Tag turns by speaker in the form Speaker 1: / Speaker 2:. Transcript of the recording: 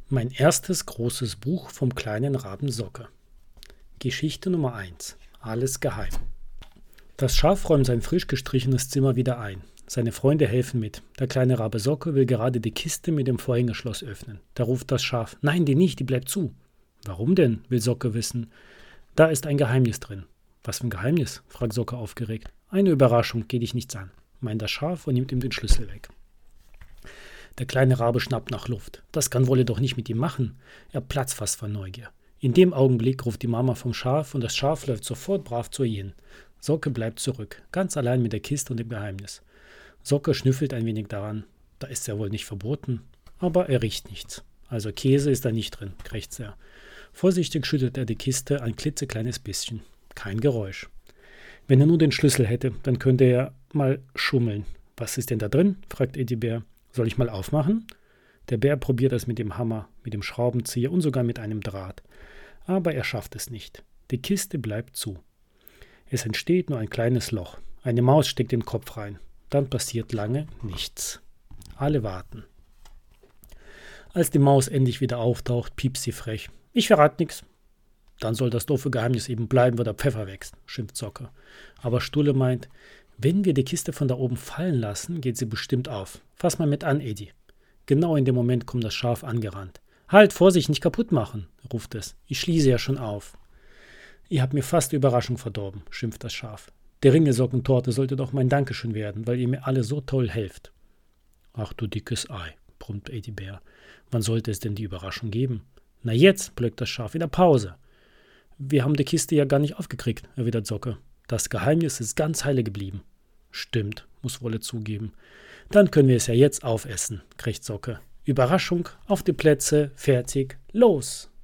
Speaker 1: Mein erstes großes Buch vom kleinen Raben Socke. Geschichte Nummer 1. Alles geheim. Das Schaf räumt sein frisch gestrichenes Zimmer wieder ein. Seine Freunde helfen mit. Der kleine Rabe Socke will gerade die Kiste mit dem Vorhängeschloss öffnen. Da ruft das Schaf: Nein, die nicht, die bleibt zu. Warum denn? Will Socke wissen. Da ist ein Geheimnis drin. Was für ein Geheimnis? Fragt Socke aufgeregt. Eine Überraschung, geht dich nichts an, meint das Schaf und nimmt ihm den Schlüssel weg. Der kleine Rabe schnappt nach Luft. Das kann Wolle doch nicht mit ihm machen. Er platzt fast vor Neugier. In dem Augenblick ruft die Mama vom Schaf und das Schaf läuft sofort brav zu ihr hin. Socke bleibt zurück, ganz allein mit der Kiste und dem Geheimnis. Socke schnüffelt ein wenig daran. Da ist er wohl nicht verboten, aber er riecht nichts. Also Käse ist da nicht drin, krächzt er. Vorsichtig schüttelt er die Kiste ein klitzekleines bisschen. Kein Geräusch. Wenn er nur den Schlüssel hätte, dann könnte er mal schummeln. Was ist denn da drin? Fragt Eddie-Bär. Soll ich mal aufmachen? Der Bär probiert es mit dem Hammer, mit dem Schraubenzieher und sogar mit einem Draht. Aber er schafft es nicht. Die Kiste bleibt zu. Es entsteht nur ein kleines Loch. Eine Maus steckt den Kopf rein. Dann passiert lange nichts. Alle warten. Als die Maus endlich wieder auftaucht, piept sie frech. Ich verrate nichts. Dann soll das doofe Geheimnis eben bleiben, wo der Pfeffer wächst, schimpft Socke. Aber Stulle meint, wenn wir die Kiste von da oben fallen lassen, geht sie bestimmt auf. Fass mal mit an, Eddie. Genau in dem Moment kommt das Schaf angerannt. Halt, Vorsicht, nicht kaputt machen, ruft es. Ich schließe ja schon auf. Ihr habt mir fast die Überraschung verdorben, schimpft das Schaf. Der Ringesockentorte sollte doch mein Dankeschön werden, weil ihr mir alle so toll helft. Ach du dickes Ei, brummt Eddie Bär. Wann sollte es denn die Überraschung geben? Na jetzt, blökt das Schaf, in der Pause. Wir haben die Kiste ja gar nicht aufgekriegt, erwidert Socke. Das Geheimnis ist ganz heile geblieben. Stimmt, muss Wolle zugeben. Dann können wir es ja jetzt aufessen, krächzt Socke. Überraschung, auf die Plätze, fertig, los!